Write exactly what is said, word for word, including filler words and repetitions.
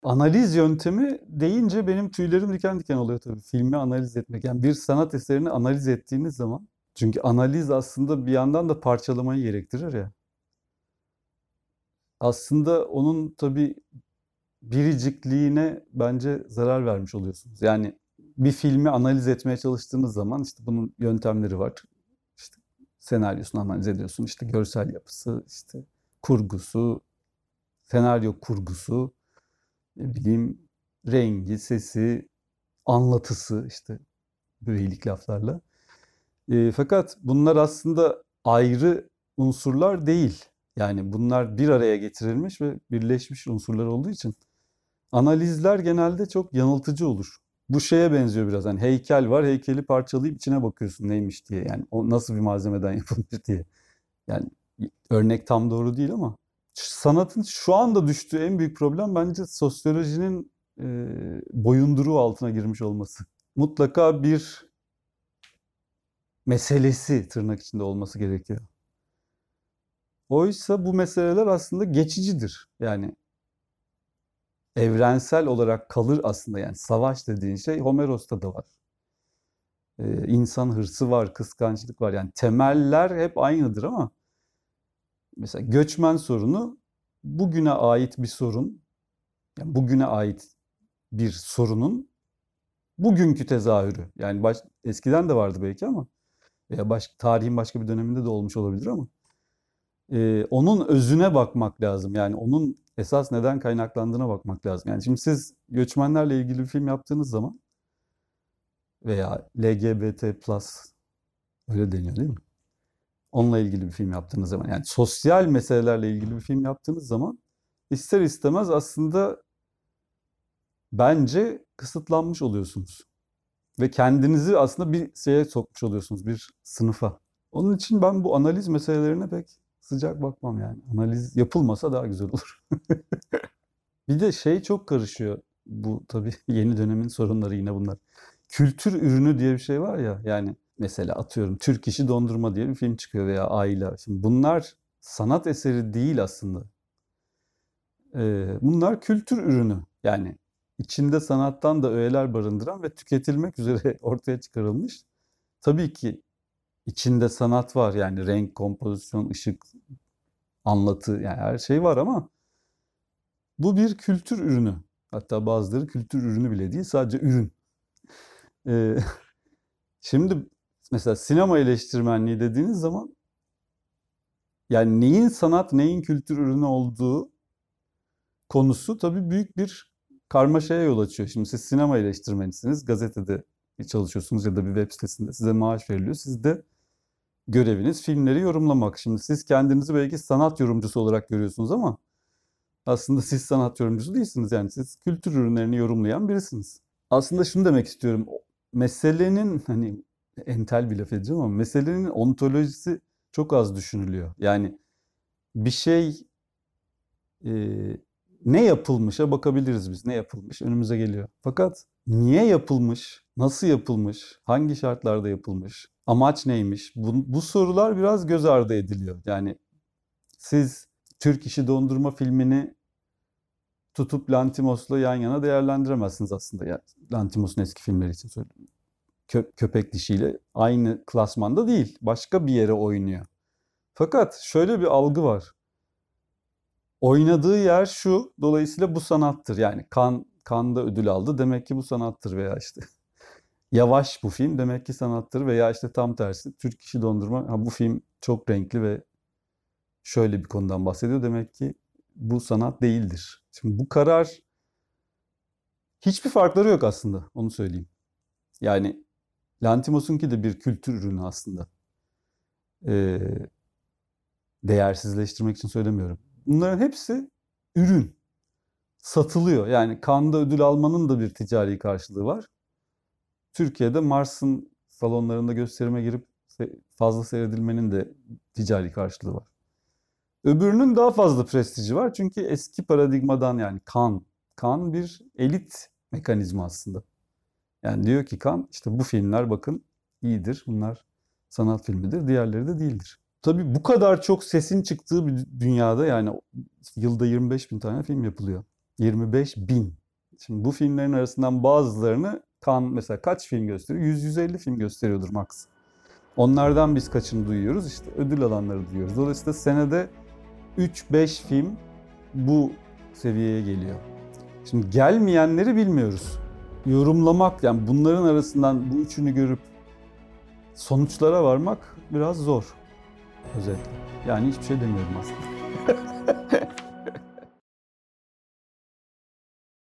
Analiz yöntemi deyince benim tüylerim diken diken oluyor tabii. Filmi analiz etmek. Yani bir sanat eserini analiz ettiğiniz zaman. Çünkü analiz aslında bir yandan da parçalamayı gerektirir ya. Aslında onun tabii biricikliğine bence zarar vermiş oluyorsunuz. Yani bir filmi analiz etmeye çalıştığınız zaman işte bunun yöntemleri var. İşte senaryosunu analiz ediyorsun, işte görsel yapısı, işte kurgusu, senaryo kurgusu, ne bileyim rengi, sesi, anlatısı işte böyle iyilik laflarla. E, fakat bunlar aslında ayrı unsurlar değil. Yani bunlar bir araya getirilmiş ve birleşmiş unsurlar olduğu için analizler genelde çok yanıltıcı olur. Bu şeye benziyor biraz. Hani heykel var, heykeli parçalayıp içine bakıyorsun neymiş diye. Yani o nasıl bir malzemeden yapılmış diye. Yani örnek tam doğru değil ama sanatın şu anda düştüğü en büyük problem bence sosyolojinin e, boyunduruğu altına girmiş olması. Mutlaka bir meselesi tırnak içinde olması gerekiyor. Oysa bu meseleler aslında geçicidir. Yani evrensel olarak kalır aslında. Yani savaş dediğin şey Homeros'ta da var. Ee, insan hırsı var, kıskançlık var. Yani temeller hep aynıdır ama mesela göçmen sorunu bugüne ait bir sorun. Yani bugüne ait bir sorunun bugünkü tezahürü. Yani baş, eskiden de vardı belki ama veya baş, tarihin başka bir döneminde de olmuş olabilir ama e, onun özüne bakmak lazım. Yani onun esas neden kaynaklandığına bakmak lazım. Yani şimdi siz göçmenlerle ilgili bir film yaptığınız zaman veya L G B T plus öyle deniyor değil mi? Onunla ilgili bir film yaptığınız zaman yani sosyal meselelerle ilgili bir film yaptığınız zaman ister istemez aslında bence kısıtlanmış oluyorsunuz. Ve kendinizi aslında bir şeye sokmuş oluyorsunuz, bir sınıfa. Onun için ben bu analiz meselelerine pek sıcak bakmam yani. Analiz yapılmasa daha güzel olur. Bir de şey çok karışıyor. Bu tabii yeni dönemin sorunları yine bunlar. Kültür ürünü diye bir şey var ya. Yani mesela atıyorum Türk İşi Dondurma diye bir film çıkıyor veya Aile. Şimdi bunlar sanat eseri değil aslında. Ee, bunlar kültür ürünü. Yani içinde sanattan da öğeler barındıran ve tüketilmek üzere ortaya çıkarılmış. Tabii ki içinde sanat var. Yani renk, kompozisyon, ışık, anlatı yani her şey var ama bu bir kültür ürünü. Hatta bazıları kültür ürünü bile değil, sadece ürün. Ee, şimdi mesela sinema eleştirmenliği dediğiniz zaman yani neyin sanat, neyin kültür ürünü olduğu konusu tabii büyük bir karmaşaya yol açıyor. Şimdi siz sinema eleştirmenisiniz, gazetede çalışıyorsunuz ya da bir web sitesinde size maaş veriliyor. Siz de göreviniz filmleri yorumlamak. Şimdi siz kendinizi belki sanat yorumcusu olarak görüyorsunuz ama aslında siz sanat yorumcusu değilsiniz. Yani siz kültür ürünlerini yorumlayan birisiniz. Aslında şunu demek istiyorum. Meselenin hani entel bir laf edeceğim ama meselenin ontolojisi çok az düşünülüyor. Yani bir şey e, ne yapılmışa bakabiliriz biz. Ne yapılmış önümüze geliyor. Fakat niye yapılmış, nasıl yapılmış, hangi şartlarda yapılmış, amaç neymiş? Bu, bu sorular biraz göz ardı ediliyor. Yani siz Türk İşi Dondurma filmini tutup Lantimos'la yan yana değerlendiremezsiniz aslında. Yani Lantimos'un eski filmleri için söylüyorum. Kö- köpek dişiyle aynı klasmanda değil. Başka bir yere oynuyor. Fakat şöyle bir algı var. Oynadığı yer şu, dolayısıyla bu sanattır. Yani kan Cannes'da ödül aldı, demek ki bu sanattır veya işte yavaş bu film demek ki sanattır veya işte tam tersi Türk İşi Dondurma ha, bu film çok renkli ve şöyle bir konudan bahsediyor demek ki bu sanat değildir. Şimdi bu karar hiçbir farkları yok aslında onu söyleyeyim. Yani Lantimos'unki de bir kültür ürünü aslında. Ee, değersizleştirmek için söylemiyorum. Bunların hepsi ürün. Satılıyor. Yani Cannes'da ödül almanın da bir ticari karşılığı var. Türkiye'de Mars'ın salonlarında gösterime girip fazla seyredilmenin de ticari karşılığı var. Öbürünün daha fazla prestiji var. Çünkü eski paradigmadan yani Cannes. Cannes bir elit mekanizma aslında. Yani diyor ki Cannes işte bu filmler bakın iyidir. Bunlar sanat filmidir. Diğerleri de değildir. Tabii bu kadar çok sesin çıktığı bir dünyada yani yılda yirmi beş bin tane film yapılıyor. yirmi beş bin. Şimdi bu filmlerin arasından bazılarını Cannes mesela kaç film gösteriyor? yüz yüz elli film gösteriyordur max. Onlardan biz kaçını duyuyoruz? İşte ödül alanları duyuyoruz. Dolayısıyla senede üç beş film bu seviyeye geliyor. Şimdi gelmeyenleri bilmiyoruz. Yorumlamak, yani bunların arasından bu üçünü görüp sonuçlara varmak biraz zor. Özetle. Yani hiçbir şey demiyorum aslında.